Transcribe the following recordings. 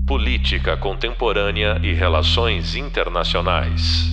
Política contemporânea e relações internacionais.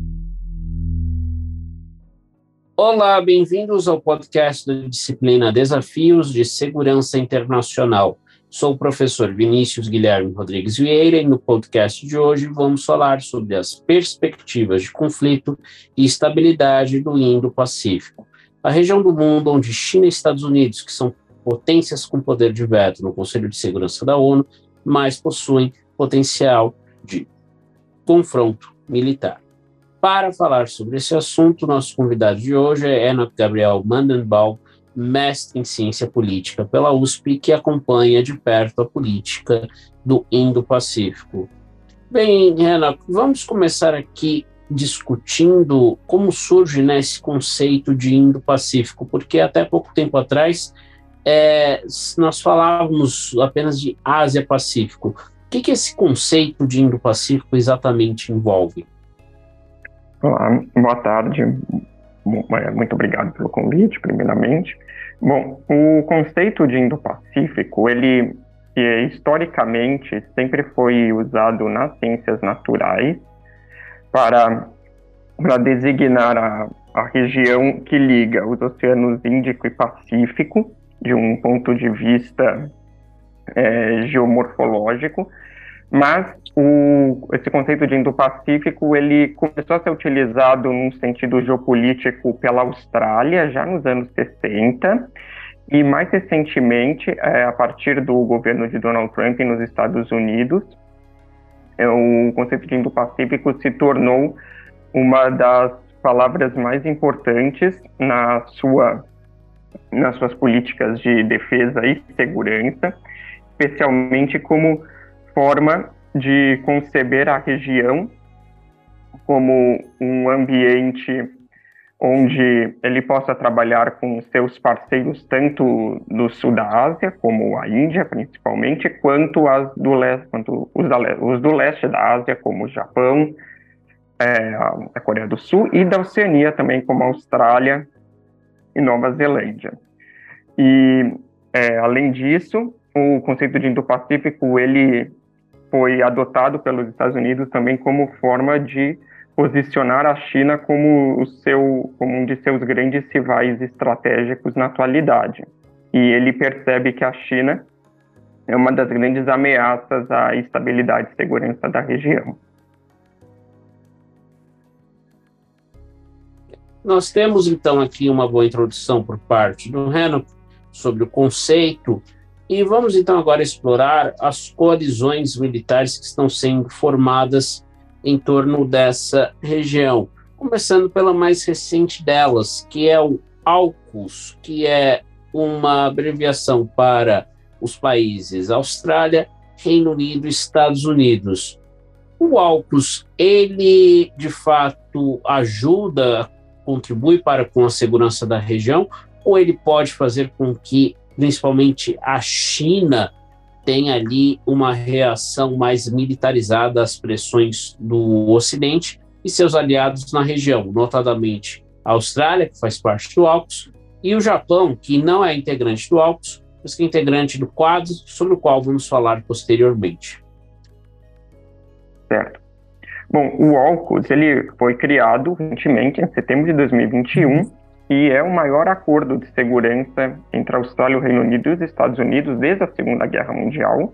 Olá, bem-vindos ao podcast da disciplina Desafios de Segurança Internacional. Sou o professor Vinícius Guilherme Rodrigues Vieira e no podcast de hoje vamos falar sobre as perspectivas de conflito e estabilidade do Indo-Pacífico, a região do mundo onde China e Estados Unidos, que são potências com poder de veto no Conselho de Segurança da ONU, mas possuem potencial de confronto militar. Para falar sobre esse assunto, nosso convidado de hoje é Enoch Gabriel Mandelbaum, mestre em ciência política pela USP, que acompanha de perto a política do Indo-Pacífico. Bem, Enoch, vamos começar aqui discutindo como surge esse conceito de Indo-Pacífico, porque até pouco tempo atrás nós falávamos apenas de Ásia-Pacífico. O que esse conceito de Indo-Pacífico exatamente envolve? Olá, boa tarde. Muito obrigado pelo convite, primeiramente. Bom, o conceito de Indo-Pacífico, ele historicamente sempre foi usado nas ciências naturais para designar a região que liga os oceanos Índico e Pacífico, de um ponto de vista geomorfológico, mas esse conceito de Indo-Pacífico ele começou a ser utilizado num sentido geopolítico pela Austrália já nos anos 60 e mais recentemente, a partir do governo de Donald Trump nos Estados Unidos, o conceito de Indo-Pacífico se tornou uma das palavras mais importantes nas suas políticas de defesa e segurança, especialmente como forma de conceber a região como um ambiente onde ele possa trabalhar com seus parceiros tanto do sul da Ásia, como a Índia principalmente, quanto os do leste da Ásia, como o Japão, a Coreia do Sul, e da Oceania também, como a Austrália e Nova Zelândia. E, além disso, o conceito de Indo-Pacífico, ele foi adotado pelos Estados Unidos também como forma de posicionar a China como um de seus grandes rivais estratégicos na atualidade. E ele percebe que a China é uma das grandes ameaças à estabilidade e segurança da região. Nós temos, então, aqui uma boa introdução por parte do Enoch sobre o conceito, e vamos, então, agora explorar as coalizões militares que estão sendo formadas em torno dessa região, começando pela mais recente delas, que é o AUKUS, que é uma abreviação para os países Austrália, Reino Unido e Estados Unidos. O AUKUS, ele, de fato, contribui com a segurança da região, ou ele pode fazer com que, principalmente, a China tenha ali uma reação mais militarizada às pressões do Ocidente e seus aliados na região, notadamente a Austrália, que faz parte do AUKUS, e o Japão, que não é integrante do AUKUS, mas que é integrante do Quad, sobre o qual vamos falar posteriormente. Certo. Bom, o AUKUS ele foi criado recentemente, em setembro de 2021, e é o maior acordo de segurança entre a Austrália, o Reino Unido e os Estados Unidos desde a Segunda Guerra Mundial.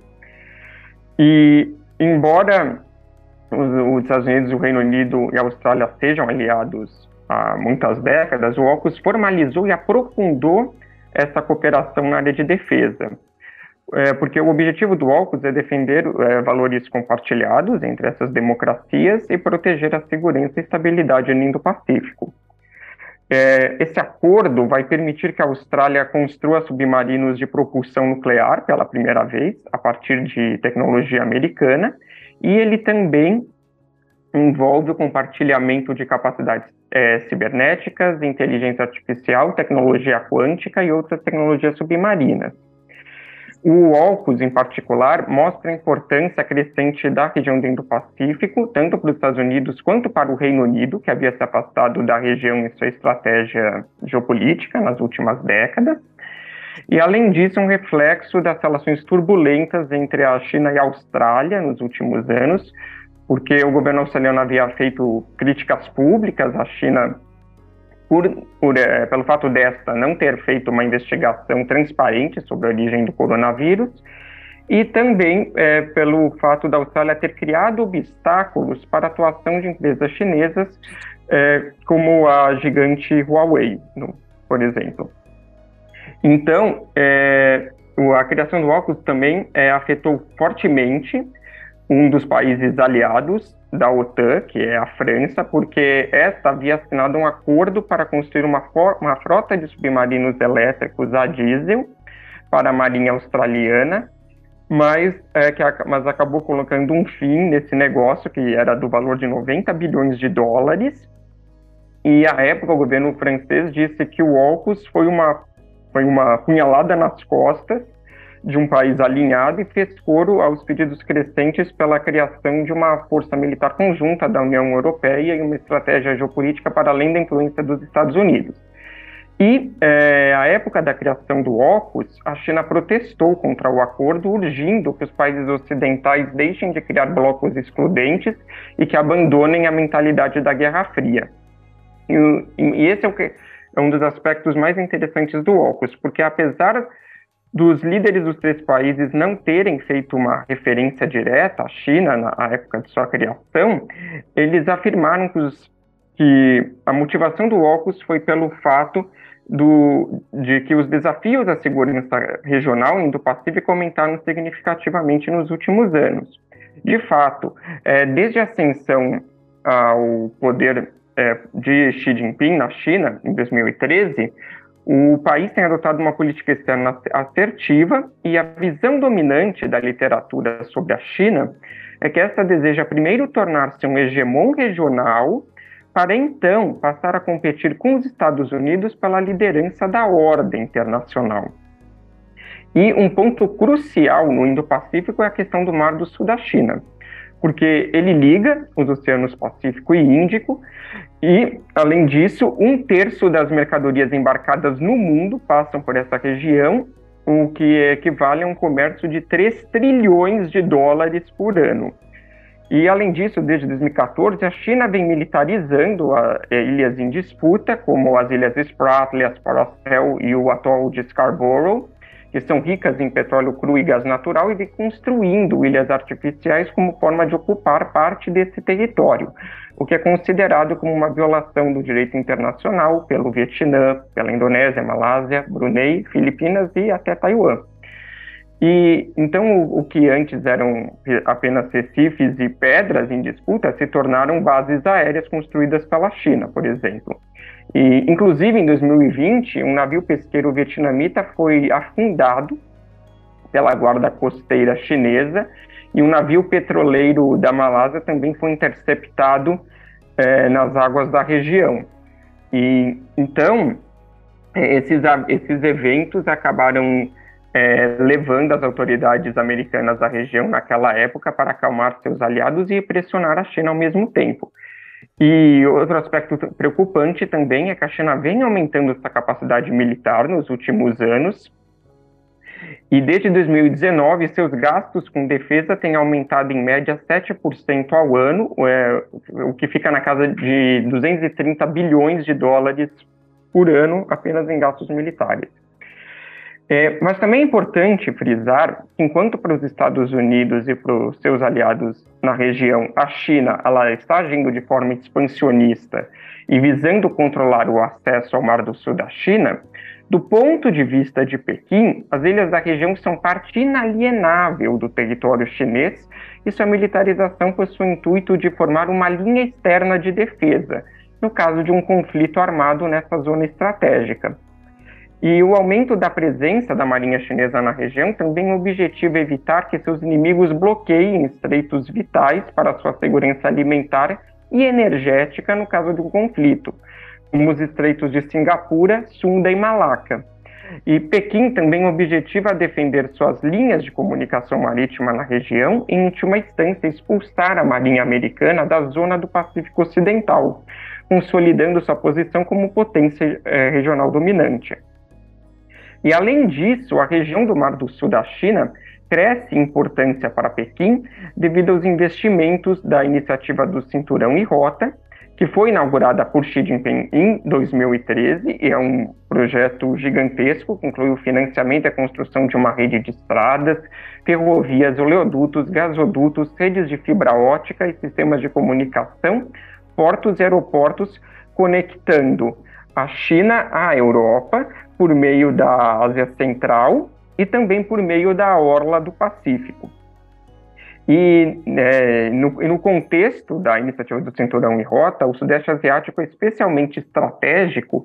E, embora os Estados Unidos, o Reino Unido e a Austrália sejam aliados há muitas décadas, o AUKUS formalizou e aprofundou essa cooperação na área de defesa. Porque o objetivo do AUKUS é defender valores compartilhados entre essas democracias e proteger a segurança e estabilidade no Indo-Pacífico. Esse acordo vai permitir que a Austrália construa submarinos de propulsão nuclear pela primeira vez, a partir de tecnologia americana, e ele também envolve o compartilhamento de capacidades cibernéticas, inteligência artificial, tecnologia quântica e outras tecnologias submarinas. O AUKUS, em particular, mostra a importância crescente da região do Indo-Pacífico, tanto para os Estados Unidos quanto para o Reino Unido, que havia se afastado da região em sua estratégia geopolítica nas últimas décadas. E, além disso, um reflexo das relações turbulentas entre a China e a Austrália nos últimos anos, porque o governo australiano havia feito críticas públicas à China pelo fato desta não ter feito uma investigação transparente sobre a origem do coronavírus, e também pelo fato da Austrália ter criado obstáculos para a atuação de empresas chinesas, como a gigante Huawei, por exemplo. Então, a criação do AUKUS também afetou fortemente um dos países aliados da OTAN, que é a França, porque esta havia assinado um acordo para construir uma frota de submarinos elétricos a diesel para a Marinha Australiana, mas acabou colocando um fim nesse negócio, que era do valor de 90 bilhões de dólares, e à época o governo francês disse que o AUKUS foi uma punhalada nas costas de um país alinhado e fez coro aos pedidos crescentes pela criação de uma força militar conjunta da União Europeia e uma estratégia geopolítica para além da influência dos Estados Unidos. E, à época da criação do AUKUS, a China protestou contra o acordo, urgindo que os países ocidentais deixem de criar blocos excludentes e que abandonem a mentalidade da Guerra Fria. E esse é um dos aspectos mais interessantes do AUKUS, porque apesar dos líderes dos três países não terem feito uma referência direta à China na época de sua criação, eles afirmaram que a motivação do AUKUS foi pelo fato de que os desafios à segurança regional e Indo-Pacífico aumentaram significativamente nos últimos anos. De fato, desde a ascensão ao poder de Xi Jinping na China, em 2013, o país tem adotado uma política externa assertiva, e a visão dominante da literatura sobre a China é que esta deseja primeiro tornar-se um hegemon regional, para então passar a competir com os Estados Unidos pela liderança da ordem internacional. E um ponto crucial no Indo-Pacífico é a questão do Mar do Sul da China, porque ele liga os oceanos Pacífico e Índico, e, além disso, 1/3 das mercadorias embarcadas no mundo passam por essa região, o que equivale a um comércio de 3 trilhões de dólares por ano. E, além disso, desde 2014, a China vem militarizando ilhas em disputa, como as Ilhas Spratly, as Paracel e o atol de Scarborough, que são ricas em petróleo cru e gás natural, e vem construindo ilhas artificiais como forma de ocupar parte desse território, o que é considerado como uma violação do direito internacional pelo Vietnã, pela Indonésia, Malásia, Brunei, Filipinas e até Taiwan. E então o que antes eram apenas recifes e pedras em disputa se tornaram bases aéreas construídas pela China, por exemplo. E, inclusive, em 2020, um navio pesqueiro vietnamita foi afundado pela guarda costeira chinesa, e um navio petroleiro da Malásia também foi interceptado nas águas da região. E então, esses eventos acabaram levando as autoridades americanas da região naquela época para acalmar seus aliados e pressionar a China ao mesmo tempo. E outro aspecto preocupante também é que a China vem aumentando essa capacidade militar nos últimos anos, e desde 2019 seus gastos com defesa têm aumentado em média 7% ao ano, o que fica na casa de 230 bilhões de dólares por ano apenas em gastos militares. Mas também é importante frisar que, enquanto para os Estados Unidos e para os seus aliados na região, a China ela está agindo de forma expansionista e visando controlar o acesso ao Mar do Sul da China, do ponto de vista de Pequim, as ilhas da região são parte inalienável do território chinês, e sua militarização possui o intuito de formar uma linha externa de defesa, no caso de um conflito armado nessa zona estratégica. E o aumento da presença da marinha chinesa na região também objetiva evitar que seus inimigos bloqueiem estreitos vitais para sua segurança alimentar e energética no caso de um conflito, como os estreitos de Singapura, Sunda e Malaca. E Pequim também objetiva defender suas linhas de comunicação marítima na região e, em última instância, expulsar a marinha americana da zona do Pacífico Ocidental, consolidando sua posição como potência regional dominante. E, além disso, a região do Mar do Sul da China cresce em importância para Pequim devido aos investimentos da iniciativa do Cinturão e Rota, que foi inaugurada por Xi Jinping em 2013, e é um projeto gigantesco, que inclui o financiamento e a construção de uma rede de estradas, ferrovias, oleodutos, gasodutos, redes de fibra ótica e sistemas de comunicação, portos e aeroportos, conectando a China à Europa por meio da Ásia Central e também por meio da Orla do Pacífico. E no contexto da iniciativa do Cinturão e Rota, o Sudeste Asiático é especialmente estratégico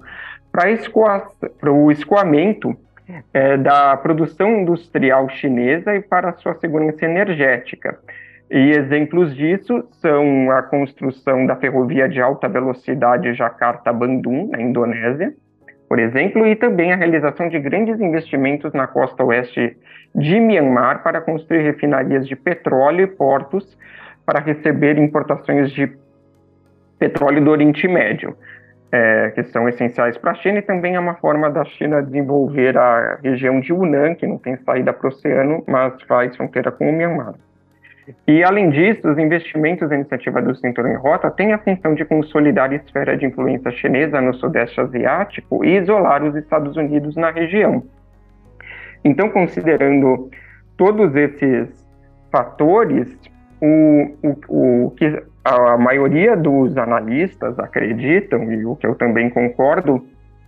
para o escoamento da produção industrial chinesa e para a sua segurança energética. E exemplos disso são a construção da ferrovia de alta velocidade Jakarta-Bandung, na Indonésia, por exemplo, e também a realização de grandes investimentos na costa oeste de Myanmar para construir refinarias de petróleo e portos para receber importações de petróleo do Oriente Médio, que são essenciais para a China, e também é uma forma da China desenvolver a região de Yunnan, que não tem saída para o oceano, mas faz fronteira com o Myanmar. E, além disso, os investimentos da iniciativa do Cinturão e Rota têm a função de consolidar a esfera de influência chinesa no Sudeste Asiático e isolar os Estados Unidos na região. Então, considerando todos esses fatores, o que a maioria dos analistas acreditam, e o que eu também concordo,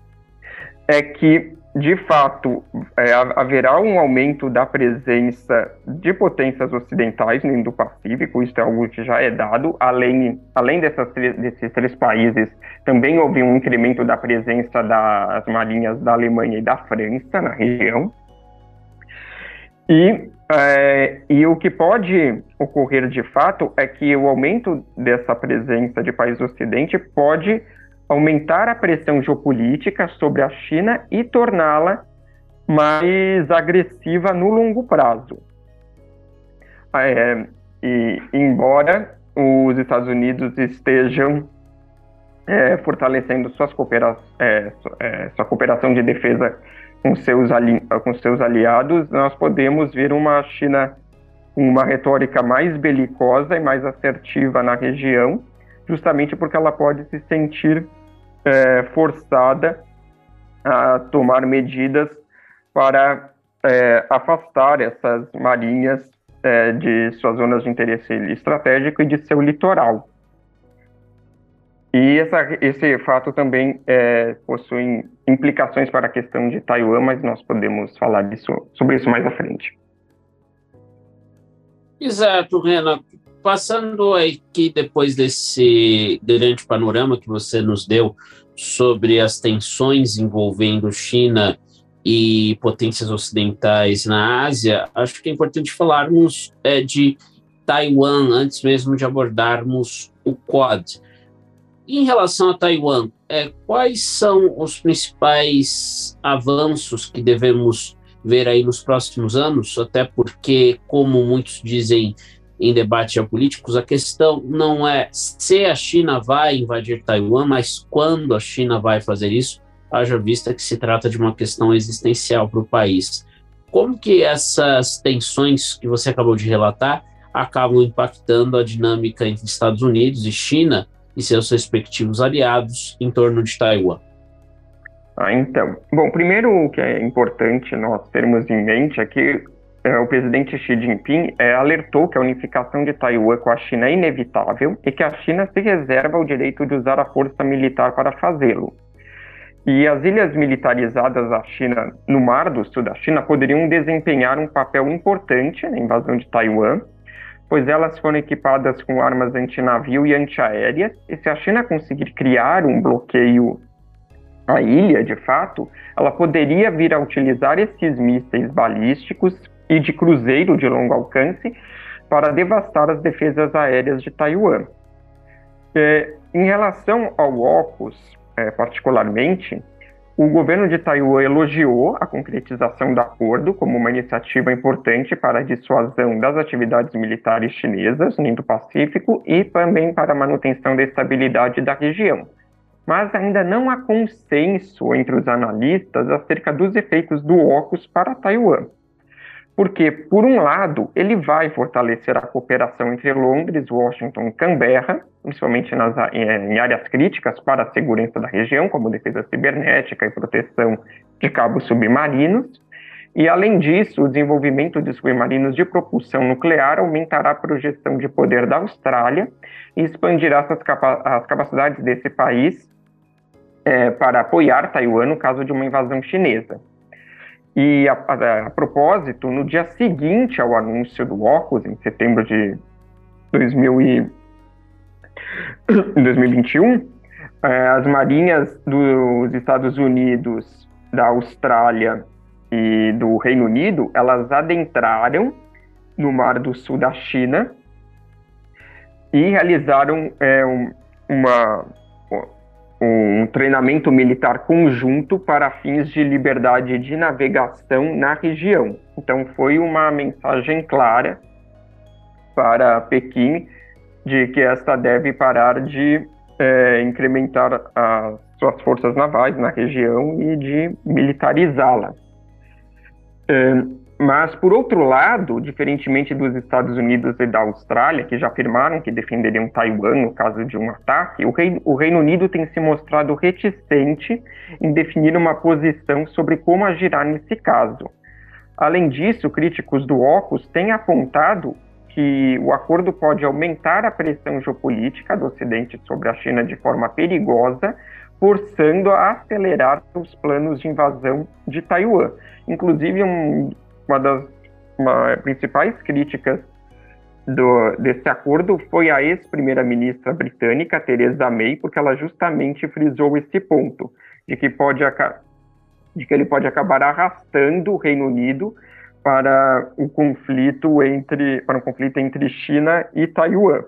é que, de fato, haverá um aumento da presença de potências ocidentais no Indo-Pacífico. Isso é algo que já é dado. Além desses três países, também houve um incremento da presença das marinhas da Alemanha e da França na região. E o que pode ocorrer de fato é que o aumento dessa presença de países do Ocidente pode aumentar a pressão geopolítica sobre a China e torná-la mais agressiva no longo prazo. E embora os Estados Unidos estejam fortalecendo sua cooperação de defesa com seus aliados, nós podemos ver uma China com uma retórica mais belicosa e mais assertiva na região, justamente porque ela pode se sentir forçada a tomar medidas para afastar essas marinhas de suas zonas de interesse estratégico e de seu litoral. E esse fato também possui implicações para a questão de Taiwan, mas nós podemos falar sobre isso mais à frente. Exato, Renan. Passando aqui depois desse grande panorama que você nos deu sobre as tensões envolvendo China e potências ocidentais na Ásia, acho que é importante falarmos de Taiwan, antes mesmo de abordarmos o Quad. Em relação a Taiwan, quais são os principais avanços que devemos ver aí nos próximos anos? Até porque, como muitos dizem em debates geopolíticos, a questão não é se a China vai invadir Taiwan, mas quando a China vai fazer isso, haja vista que se trata de uma questão existencial para o país. Como que essas tensões que você acabou de relatar acabam impactando a dinâmica entre Estados Unidos e China e seus respectivos aliados em torno de Taiwan? Então, bom, primeiro o que é importante nós termos em mente é que o presidente Xi Jinping alertou que a unificação de Taiwan com a China é inevitável e que a China se reserva o direito de usar a força militar para fazê-lo. E as ilhas militarizadas da China no Mar do Sul da China poderiam desempenhar um papel importante na invasão de Taiwan, pois elas foram equipadas com armas antinavio e antiaéreas, e se a China conseguir criar um bloqueio à ilha, de fato, ela poderia vir a utilizar esses mísseis balísticos e de cruzeiro de longo alcance para devastar as defesas aéreas de Taiwan. Em relação ao AUKUS, particularmente, o governo de Taiwan elogiou a concretização do acordo como uma iniciativa importante para a dissuasão das atividades militares chinesas no Indo-Pacífico e também para a manutenção da estabilidade da região. mas ainda não há consenso entre os analistas acerca dos efeitos do AUKUS para Taiwan. Porque, por um lado, ele vai fortalecer a cooperação entre Londres, Washington e Canberra, principalmente em áreas críticas para a segurança da região, como defesa cibernética e proteção de cabos submarinos. E, além disso, o desenvolvimento de submarinos de propulsão nuclear aumentará a projeção de poder da Austrália e expandirá as capacidades desse país para apoiar Taiwan no caso de uma invasão chinesa. E, a propósito, no dia seguinte ao anúncio do AUKUS, em setembro de 2021, as marinhas dos Estados Unidos, da Austrália e do Reino Unido, elas adentraram no Mar do Sul da China e realizaram um treinamento militar conjunto para fins de liberdade de navegação na região. Então, foi uma mensagem clara para Pequim de que esta deve parar de incrementar as suas forças navais na região e de militarizá-la. Mas, por outro lado, diferentemente dos Estados Unidos e da Austrália, que já afirmaram que defenderiam Taiwan no caso de um ataque, o Reino Unido tem se mostrado reticente em definir uma posição sobre como agirá nesse caso. Além disso, críticos do AUKUS têm apontado que o acordo pode aumentar a pressão geopolítica do Ocidente sobre a China de forma perigosa, forçando a acelerar os planos de invasão de Taiwan. Inclusive, uma das principais críticas desse acordo foi a ex-primeira-ministra britânica, Theresa May, porque ela justamente frisou esse ponto, de que ele pode acabar arrastando o Reino Unido para um conflito entre China e Taiwan.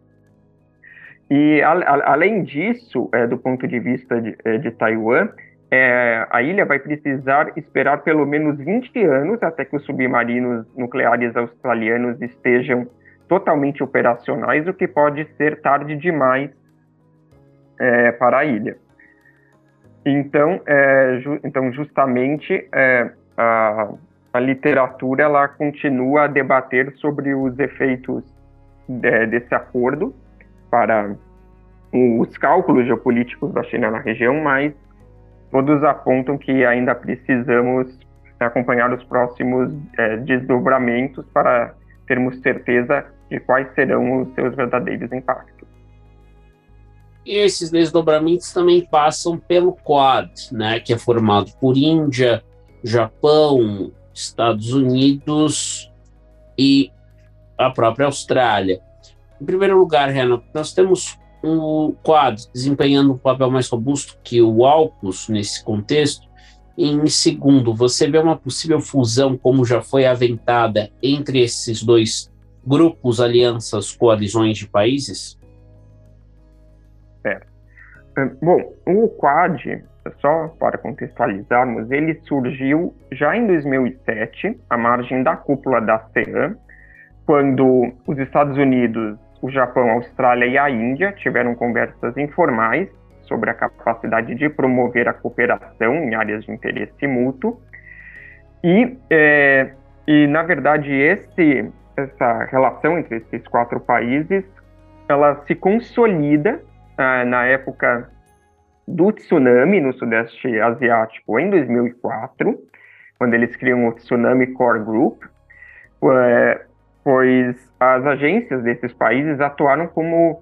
E, além disso, do ponto de vista de Taiwan, a ilha vai precisar esperar pelo menos 20 anos até que os submarinos nucleares australianos estejam totalmente operacionais, o que pode ser tarde demais para a ilha. Então, justamente, a literatura ela continua a debater sobre os efeitos desse acordo para os cálculos geopolíticos da China na região, mas todos apontam que ainda precisamos acompanhar os próximos desdobramentos para termos certeza de quais serão os seus verdadeiros impactos. E esses desdobramentos também passam pelo Quad, né, que é formado por Índia, Japão, Estados Unidos e a própria Austrália. Em primeiro lugar, Renato, nós temos o Quad desempenhando um papel mais robusto que o AUKUS nesse contexto. Em segundo, você vê uma possível fusão, como já foi aventada, entre esses dois grupos, alianças, coalizões de países? Bom, o Quad, só para contextualizarmos, ele surgiu já em 2007, à margem da cúpula da ASEAN, quando os Estados Unidos, o Japão, a Austrália e a Índia tiveram conversas informais sobre a capacidade de promover a cooperação em áreas de interesse mútuo. E na verdade, essa relação entre esses quatro países, ela se consolida na época do tsunami no Sudeste Asiático, em 2004, quando eles criam o Tsunami Core Group, pois as agências desses países atuaram como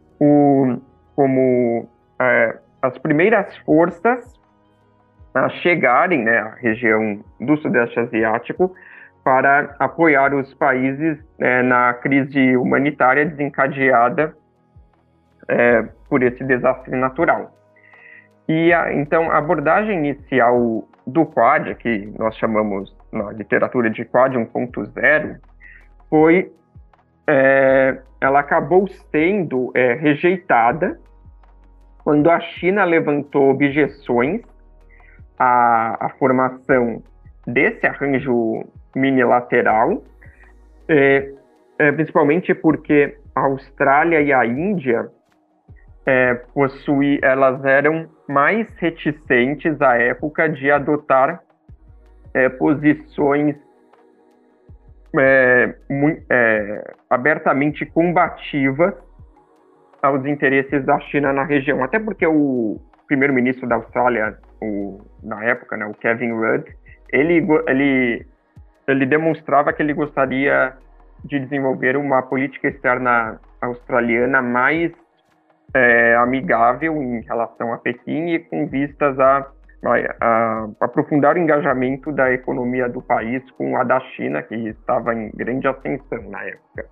as primeiras forças a chegarem, né, à região do Sudeste Asiático para apoiar os países na crise humanitária desencadeada por esse desastre natural. E então a abordagem inicial do Quad, que nós chamamos na literatura de Quad 1.0, ela acabou sendo rejeitada quando a China levantou objeções à formação desse arranjo minilateral, principalmente porque a Austrália e a Índia elas eram mais reticentes à época de adotar posições abertamente combativas aos interesses da China na região. Até porque o primeiro-ministro da Austrália, na época, né, o Kevin Rudd, ele demonstrava que ele gostaria de desenvolver uma política externa australiana mais amigável em relação a Pequim e com vistas a aprofundar o engajamento da economia do país com a da China, que estava em grande ascensão na época.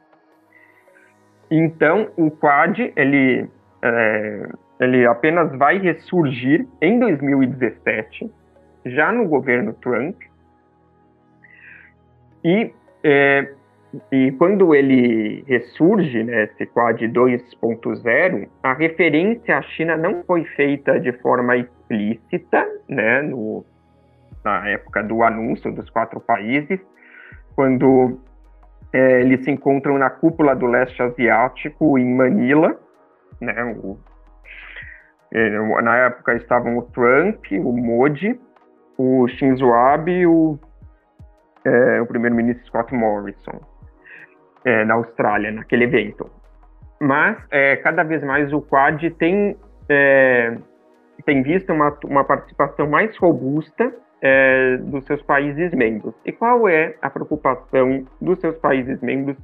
Então, o Quad, ele apenas vai ressurgir em 2017, já no governo Trump, e quando ele ressurge, né, esse Quad 2.0, a referência à China não foi feita de forma explícita, né, na época do anúncio dos 4 países, quando eles se encontram na cúpula do leste asiático em Manila, né, na época estavam o Trump, o Modi, o Shinzo Abe e o primeiro-ministro Scott Morrison, na Austrália, naquele evento. Mas, cada vez mais, o Quad tem visto uma participação mais robusta dos seus países membros. E qual é a preocupação dos seus países membros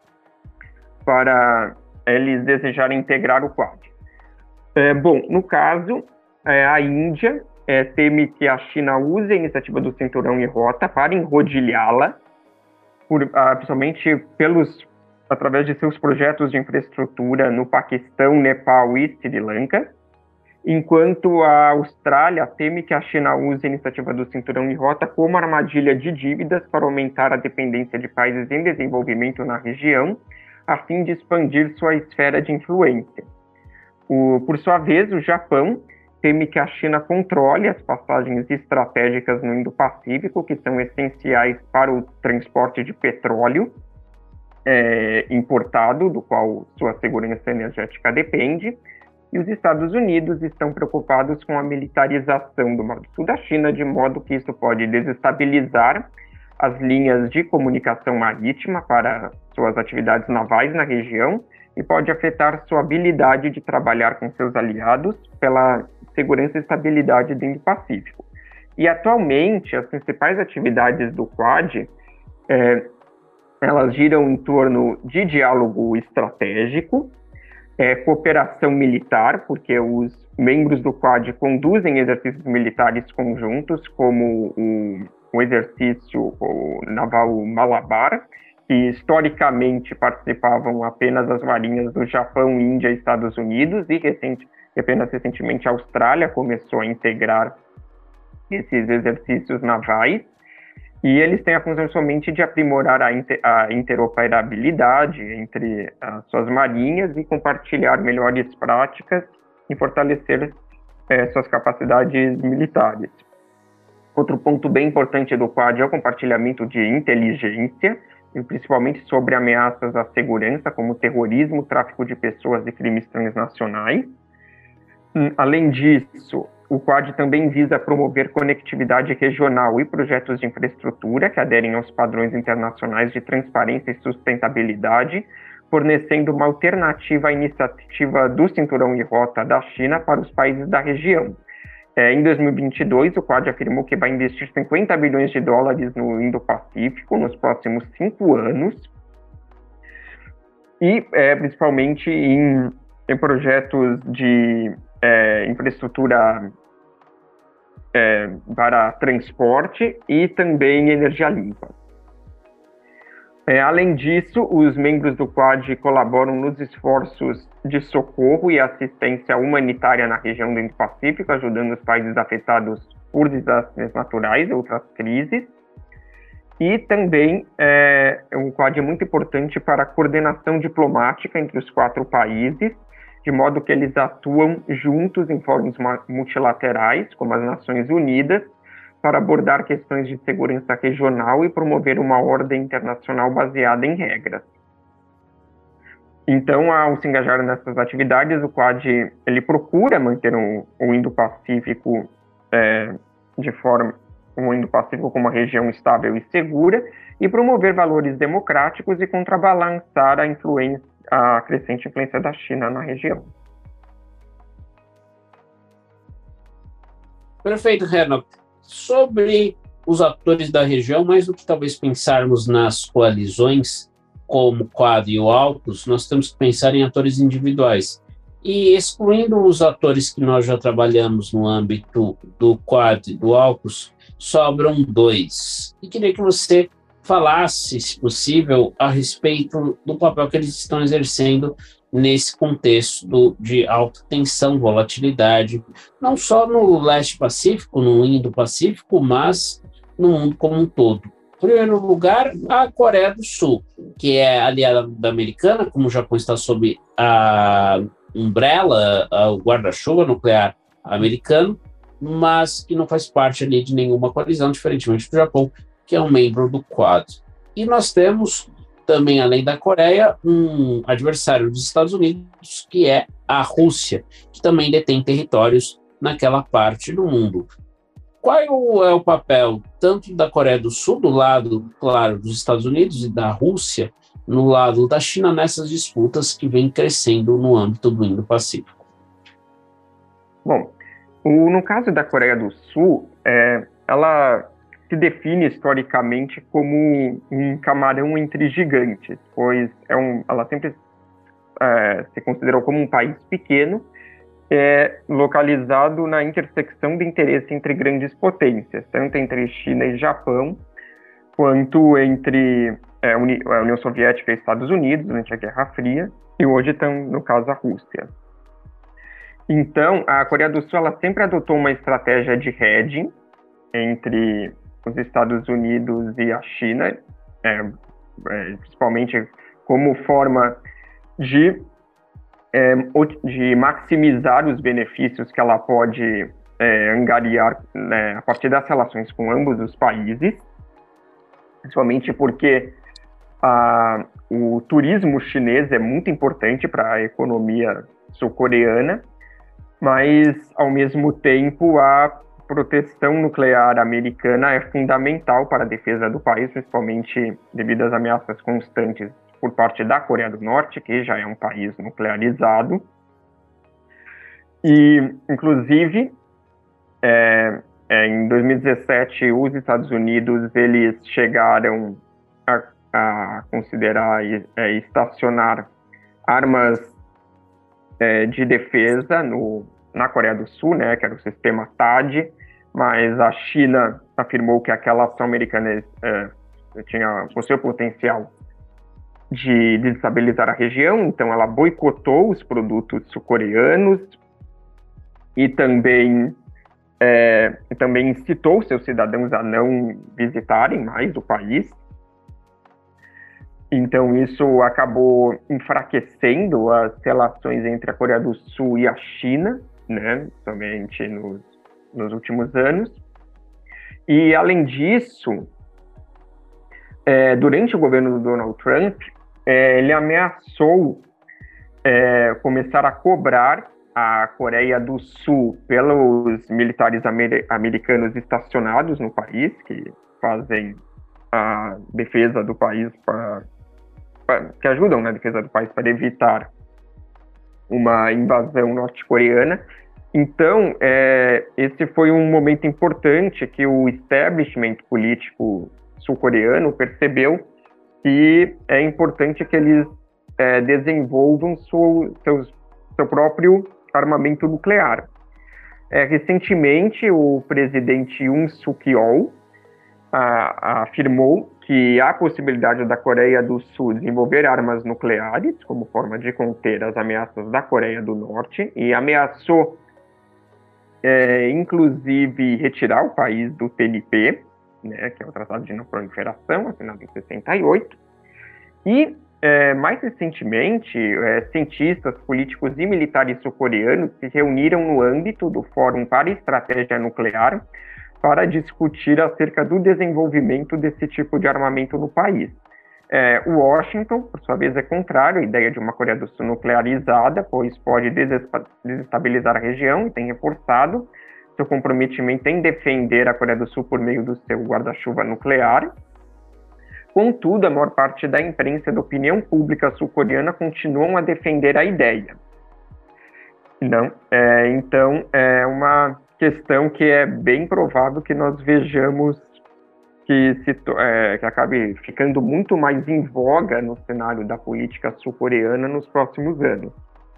para eles desejarem integrar o Quad? Bom, no caso, a Índia teme que a China use a iniciativa do Cinturão e Rota para enrodilhá-la, principalmente através de seus projetos de infraestrutura no Paquistão, Nepal e Sri Lanka, enquanto a Austrália teme que a China use a iniciativa do Cinturão e Rota como armadilha de dívidas para aumentar a dependência de países em desenvolvimento na região, a fim de expandir sua esfera de influência. Por sua vez, o Japão teme que a China controle as passagens estratégicas no Indo-Pacífico, que são essenciais para o transporte de petróleo importado, do qual sua segurança energética depende, e os Estados Unidos estão preocupados com a militarização do Mar do Sul da China, de modo que isso pode desestabilizar as linhas de comunicação marítima para suas atividades navais na região e pode afetar sua habilidade de trabalhar com seus aliados pela segurança e estabilidade do Indo-Pacífico. E, atualmente, as principais atividades do Quad, elas giram em torno de diálogo estratégico, cooperação militar, porque os membros do Quad conduzem exercícios militares conjuntos, como o exercício naval Malabar, que historicamente participavam apenas as marinhas do Japão, Índia e Estados Unidos, e apenas recentemente a Austrália começou a integrar esses exercícios navais, e eles têm a função somente de aprimorar a interoperabilidade entre as suas marinhas e compartilhar melhores práticas e fortalecer suas capacidades militares. Outro ponto bem importante do Quad é o compartilhamento de inteligência, principalmente sobre ameaças à segurança, como terrorismo, tráfico de pessoas e crimes transnacionais. Além disso, o Quad também visa promover conectividade regional e projetos de infraestrutura que aderem aos padrões internacionais de transparência e sustentabilidade, fornecendo uma alternativa à iniciativa do Cinturão e Rota da China para os países da região. Em 2022, o Quad afirmou que vai investir 50 bilhões de dólares no Indo-Pacífico nos próximos 5 anos, e principalmente em projetos de infraestrutura para transporte e também energia limpa. Além disso, os membros do Quad colaboram nos esforços de socorro e assistência humanitária na região do Indo-Pacífico, ajudando os países afetados por desastres naturais e outras crises. E também o Quad é muito importante para a coordenação diplomática entre os 4 países, de modo que eles atuam juntos em fóruns multilaterais, como as Nações Unidas, para abordar questões de segurança regional e promover uma ordem internacional baseada em regras. Então, ao se engajar nessas atividades, o Quad ele procura manter o Indo-Pacífico o Indo-Pacífico como uma região estável e segura e promover valores democráticos e contrabalançar a crescente influência da China na região. Perfeito, Renan. Sobre os atores da região, mais do que talvez pensarmos nas coalizões como o Quad e o AUKUS, nós temos que pensar em atores individuais. E excluindo os atores que nós já trabalhamos no âmbito do Quad e do AUKUS, sobram 2. E queria que você falasse, se possível, a respeito do papel que eles estão exercendo nesse contexto de alta tensão, volatilidade, não só no leste Pacífico, no Indo-Pacífico, mas no mundo como um todo. Em primeiro lugar, a Coreia do Sul, que é aliada da americana, como o Japão está sob a umbrella, o guarda-chuva nuclear americano, mas que não faz parte ali de nenhuma coalizão, diferentemente do Japão, que é um membro do Quad. E nós temos também, além da Coreia, um adversário dos Estados Unidos, que é a Rússia, que também detém territórios naquela parte do mundo. Qual é o papel tanto da Coreia do Sul, do lado, claro, dos Estados Unidos, e da Rússia, no lado da China, nessas disputas que vêm crescendo no âmbito do Indo-Pacífico? Bom, no caso da Coreia do Sul, ela se define historicamente como um camarão entre gigantes, pois ela sempre se considerou como um país pequeno, localizado na intersecção de interesse entre grandes potências, tanto entre China e Japão, quanto entre a União Soviética e Estados Unidos, durante a Guerra Fria, e hoje, no caso, a Rússia. Então, a Coreia do Sul ela sempre adotou uma estratégia de hedging entre os Estados Unidos e a China, principalmente como forma de maximizar os benefícios que ela pode angariar a partir das relações com ambos os países, principalmente porque o turismo chinês é muito importante para a economia sul-coreana, mas, ao mesmo tempo, a proteção nuclear americana é fundamental para a defesa do país, principalmente devido às ameaças constantes por parte da Coreia do Norte, que já é um país nuclearizado. E, inclusive, em 2017, os Estados Unidos eles chegaram a considerar estacionar armas de defesa na Coreia do Sul, né, que era o sistema THAAD, mas a China afirmou que aquela ação americana possui o potencial de desestabilizar a região, então ela boicotou os produtos sul-coreanos e também incitou seus cidadãos a não visitarem mais o país. Então, isso acabou enfraquecendo as relações entre a Coreia do Sul e a China, né, somente nos últimos anos. E, além disso, durante o governo do Donald Trump, ele ameaçou começar a cobrar a Coreia do Sul pelos militares americanos estacionados no país, que fazem a defesa do país que ajudam na defesa do país para evitar uma invasão norte-coreana. Então, esse foi um momento importante que o establishment político sul-coreano percebeu que é importante que eles desenvolvam seu próprio armamento nuclear. Recentemente, o presidente Yoon Suk-yeol afirmou que há possibilidade da Coreia do Sul desenvolver armas nucleares como forma de conter as ameaças da Coreia do Norte e ameaçou, inclusive, retirar o país do TNP, né, que é o Tratado de Não Proliferação, assinado em 68. E, mais recentemente, cientistas, políticos e militares sul-coreanos se reuniram no âmbito do Fórum para Estratégia Nuclear para discutir acerca do desenvolvimento desse tipo de armamento no país. Washington, por sua vez, é contrário à ideia de uma Coreia do Sul nuclearizada, pois pode desestabilizar a região e tem reforçado seu comprometimento em defender a Coreia do Sul por meio do seu guarda-chuva nuclear. Contudo, a maior parte da imprensa e da opinião pública sul-coreana continuam a defender a ideia. Então, é uma questão que é bem provável que nós vejamos que acabe ficando muito mais em voga no cenário da política sul-coreana nos próximos anos.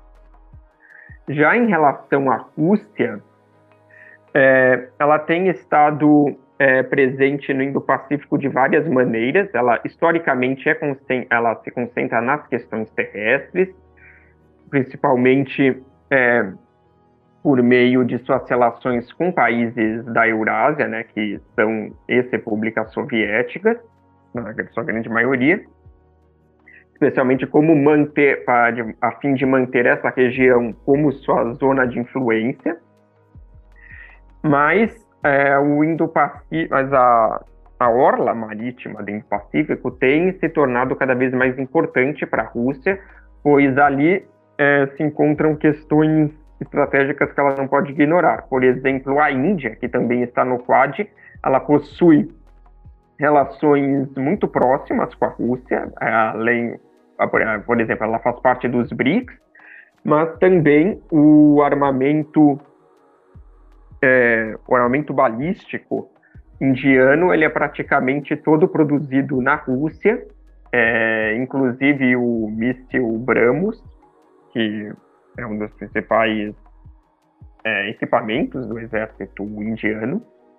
Já em relação à Rússia, ela tem estado presente no Indo-Pacífico de várias maneiras. Ela, historicamente, ela se concentra nas questões terrestres, principalmente por meio de suas relações com países da Eurásia, né, que são ex-repúblicas soviéticas, na sua grande maioria, especialmente a fim de manter essa região como sua zona de influência. Mas o Indo-Pacífico, a orla marítima do Indo-Pacífico tem se tornado cada vez mais importante para a Rússia, pois ali se encontram questões estratégicas que ela não pode ignorar. Por exemplo, a Índia, que também está no Quad, ela possui relações muito próximas com a Rússia, por exemplo, ela faz parte dos BRICS, mas também o armamento balístico indiano, ele é praticamente todo produzido na Rússia, inclusive o míssil BrahMos, que é um dos principais equipamentos do exército indiano.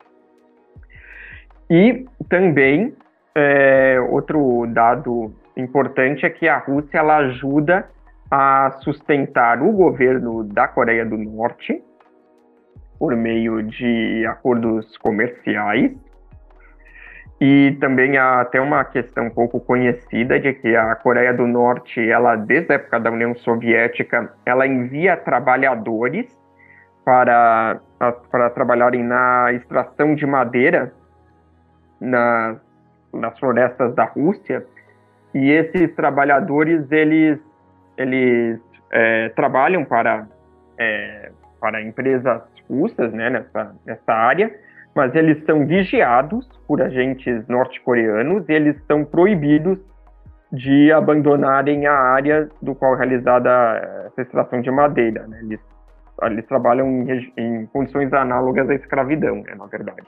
E também, outro dado importante é que a Rússia ela ajuda a sustentar o governo da Coreia do Norte por meio de acordos comerciais. E também há até uma questão pouco conhecida de que a Coreia do Norte, ela, desde a época da União Soviética, ela envia trabalhadores para trabalharem na extração de madeira nas florestas da Rússia. E esses trabalhadores, eles trabalham para empresas russas, né, nessa área, mas eles são vigiados por agentes norte-coreanos e eles são proibidos de abandonarem a área do qual é realizada essa extração de madeira, né? Eles trabalham em condições análogas à escravidão, né, na verdade.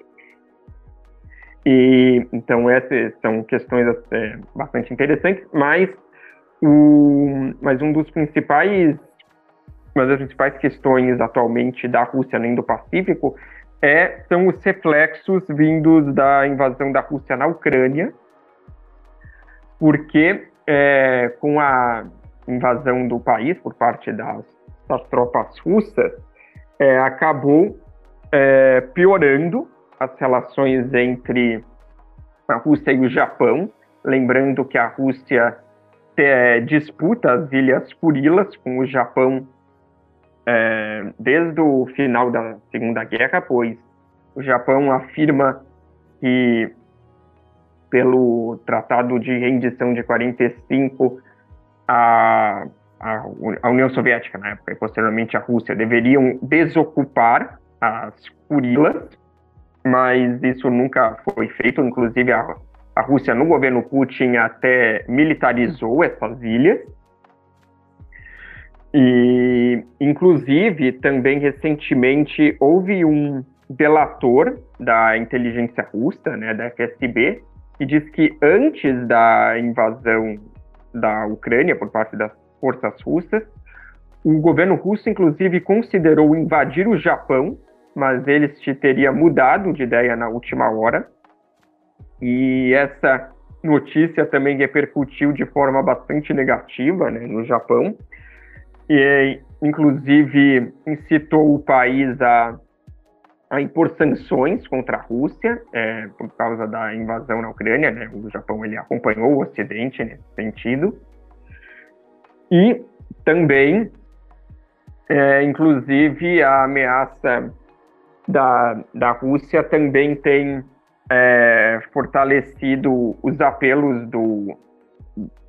E, então, essas são questões bastante interessantes, mas uma das principais questões atualmente da Rússia no Indo-Pacífico são os reflexos vindos da invasão da Rússia na Ucrânia, porque com a invasão do país por parte das tropas russas, acabou piorando as relações entre a Rússia e o Japão, lembrando que a Rússia disputa as Ilhas Kurilas com o Japão desde o final da Segunda Guerra, pois o Japão afirma que, pelo Tratado de Rendição de 45, a União Soviética, na época, e posteriormente a Rússia, deveriam desocupar as Kurilas, mas isso nunca foi feito. Inclusive, a Rússia, no governo Putin, até militarizou essas ilhas. E, inclusive, também recentemente houve um delator da inteligência russa, né, da FSB, que diz que antes da invasão da Ucrânia por parte das forças russas, o governo russo, inclusive, considerou invadir o Japão, mas ele teria mudado de ideia na última hora. E essa notícia também repercutiu de forma bastante negativa, né, no Japão. E, inclusive, incitou o país a impor sanções contra a Rússia por causa da invasão na Ucrânia, né? O Japão ele acompanhou o Ocidente nesse sentido. E também, inclusive, a ameaça da Rússia também tem fortalecido os apelos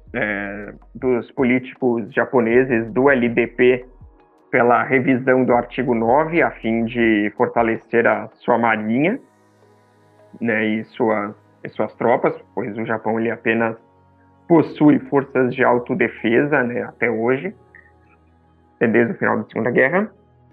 dos políticos japoneses do LDP pela revisão do artigo 9, a fim de fortalecer a sua marinha, né, e suas tropas, pois o Japão ele apenas possui forças de autodefesa, né, até hoje, desde o final da Segunda Guerra.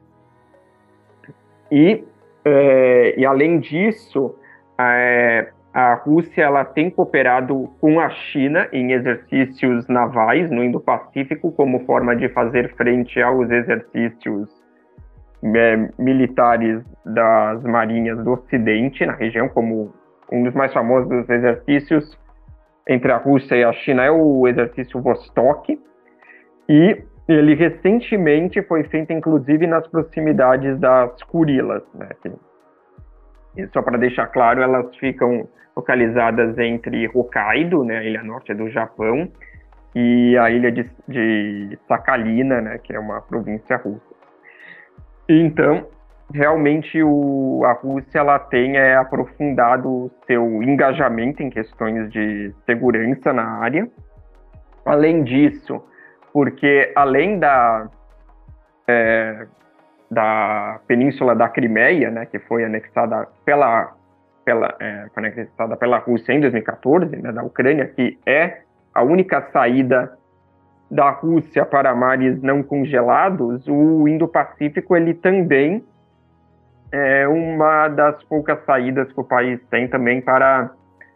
E além disso, a Rússia ela tem cooperado com a China em exercícios navais no Indo-Pacífico como forma de fazer frente aos exercícios militares das marinhas do Ocidente na região, como um dos mais famosos dos exercícios entre a Rússia e a China é o exercício Vostok, e ele recentemente foi feito inclusive nas proximidades das Kurilas, né? E só para deixar claro, elas ficam localizadas entre Hokkaido, né, a ilha norte do Japão, e a ilha de Sakhalina, né, que é uma província russa. Então, realmente a Rússia ela tem aprofundado o seu engajamento em questões de segurança na área. Além disso, porque além da Península da Crimeia, né, que foi anexada pela Rússia em 2014, né, da Ucrânia, que é a única saída da Rússia para mares não congelados, o Indo-Pacífico ele também é uma das poucas saídas que o país tem também para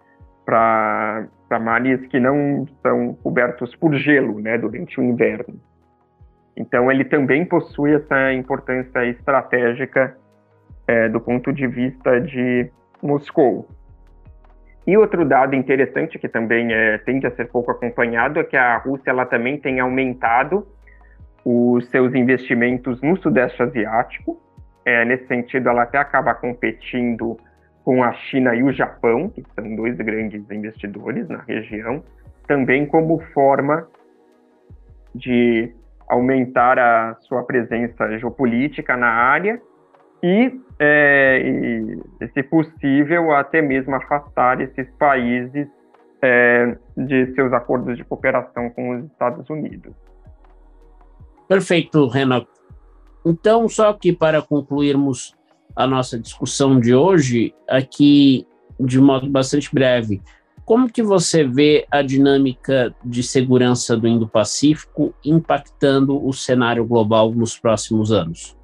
mares que não são cobertos por gelo, né, durante o inverno. Então, ele também possui essa importância estratégica do ponto de vista de Moscou. E outro dado interessante que também tende a ser pouco acompanhado é que a Rússia ela também tem aumentado os seus investimentos no Sudeste Asiático. Nesse sentido, ela até acaba competindo com a China e o Japão, que são dois grandes investidores na região, também como forma de aumentar a sua presença geopolítica na área e, se possível, até mesmo afastar esses países de seus acordos de cooperação com os Estados Unidos. Perfeito, Renato. Então, só que para concluirmos a nossa discussão de hoje, aqui de modo bastante breve, como que você vê a dinâmica de segurança do Indo-Pacífico impactando o cenário global nos próximos anos?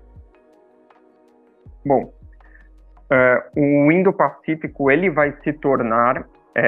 Bom, o Indo-Pacífico ele vai se tornar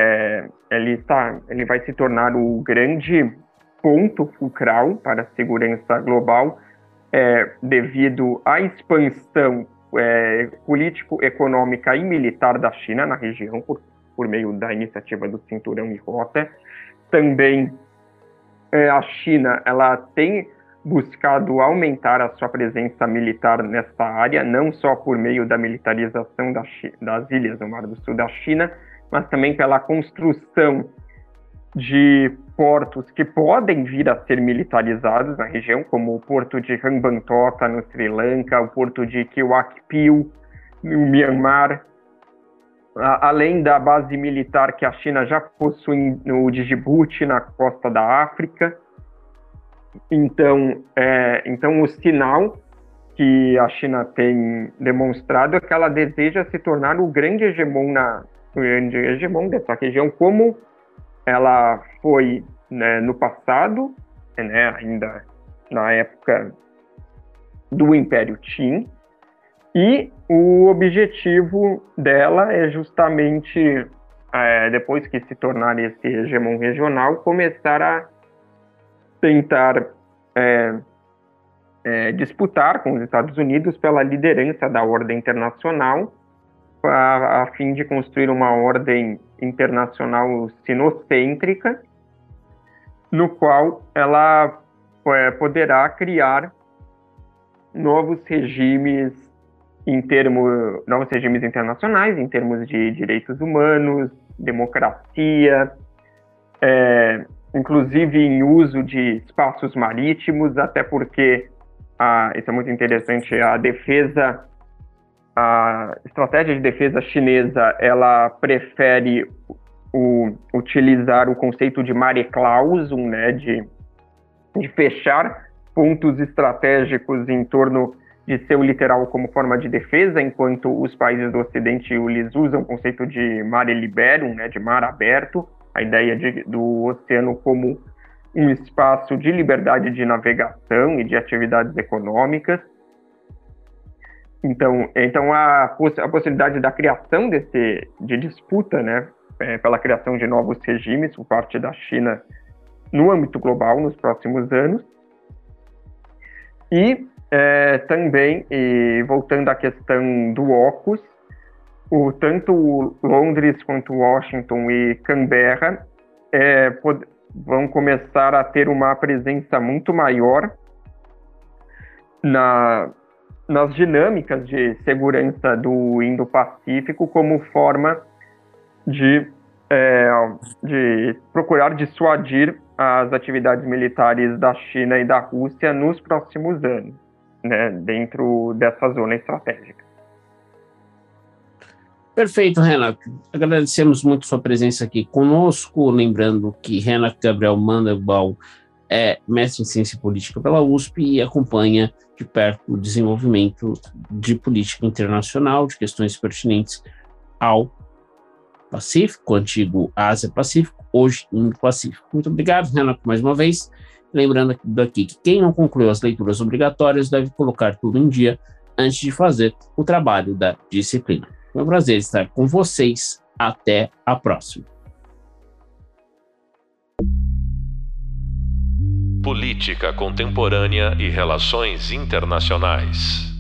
o grande ponto fulcral para a segurança global devido à expansão político-econômica e militar da China na região por meio da iniciativa do Cinturão e Rota. Também a China ela tem buscado aumentar a sua presença militar nesta área, não só por meio da militarização das ilhas do Mar do Sul da China, mas também pela construção de portos que podem vir a ser militarizados na região, como o porto de Hambantota, no Sri Lanka, o porto de Kiwak-Pil, no Myanmar, além da base militar que a China já possui no Djibouti, na costa da África. Então, o sinal que a China tem demonstrado é que ela deseja se tornar o grande hegemon dessa região, como ela foi, né, no passado, né, ainda na época do Império Qin, e o objetivo dela é justamente, depois que se tornar esse hegemon regional, começar a tentar disputar com os Estados Unidos pela liderança da ordem internacional, a fim de construir uma ordem internacional sinocêntrica, no qual ela poderá criar novos regimes internacionais, em termos de direitos humanos, democracia, inclusive em uso de espaços marítimos, até porque, isso é muito interessante, a estratégia de defesa chinesa, ela prefere utilizar o conceito de mare clausum, né, de fechar pontos estratégicos em torno de seu litoral como forma de defesa, enquanto os países do Ocidente eles usam o conceito de mare liberum, né, de mar aberto, a ideia do oceano como um espaço de liberdade de navegação e de atividades econômicas. Então a possibilidade da criação de disputa, né, pela criação de novos regimes por parte da China no âmbito global nos próximos anos. E também, voltando à questão do AUKUS, tanto Londres quanto Washington e Canberra vão começar a ter uma presença muito maior nas dinâmicas de segurança do Indo-Pacífico como forma de procurar dissuadir as atividades militares da China e da Rússia nos próximos anos, né, dentro dessa zona estratégica. Perfeito, Renato. Agradecemos muito sua presença aqui conosco, lembrando que Renato Gabriel Mandelbaum é mestre em Ciência Política pela USP e acompanha de perto o desenvolvimento de política internacional, de questões pertinentes ao Pacífico, antigo Ásia-Pacífico, hoje Indo-Pacífico. Muito obrigado, Renato, mais uma vez. Lembrando daqui que quem não concluiu as leituras obrigatórias deve colocar tudo em dia antes de fazer o trabalho da disciplina. Foi um prazer estar com vocês. Até a próxima. Política contemporânea e relações internacionais.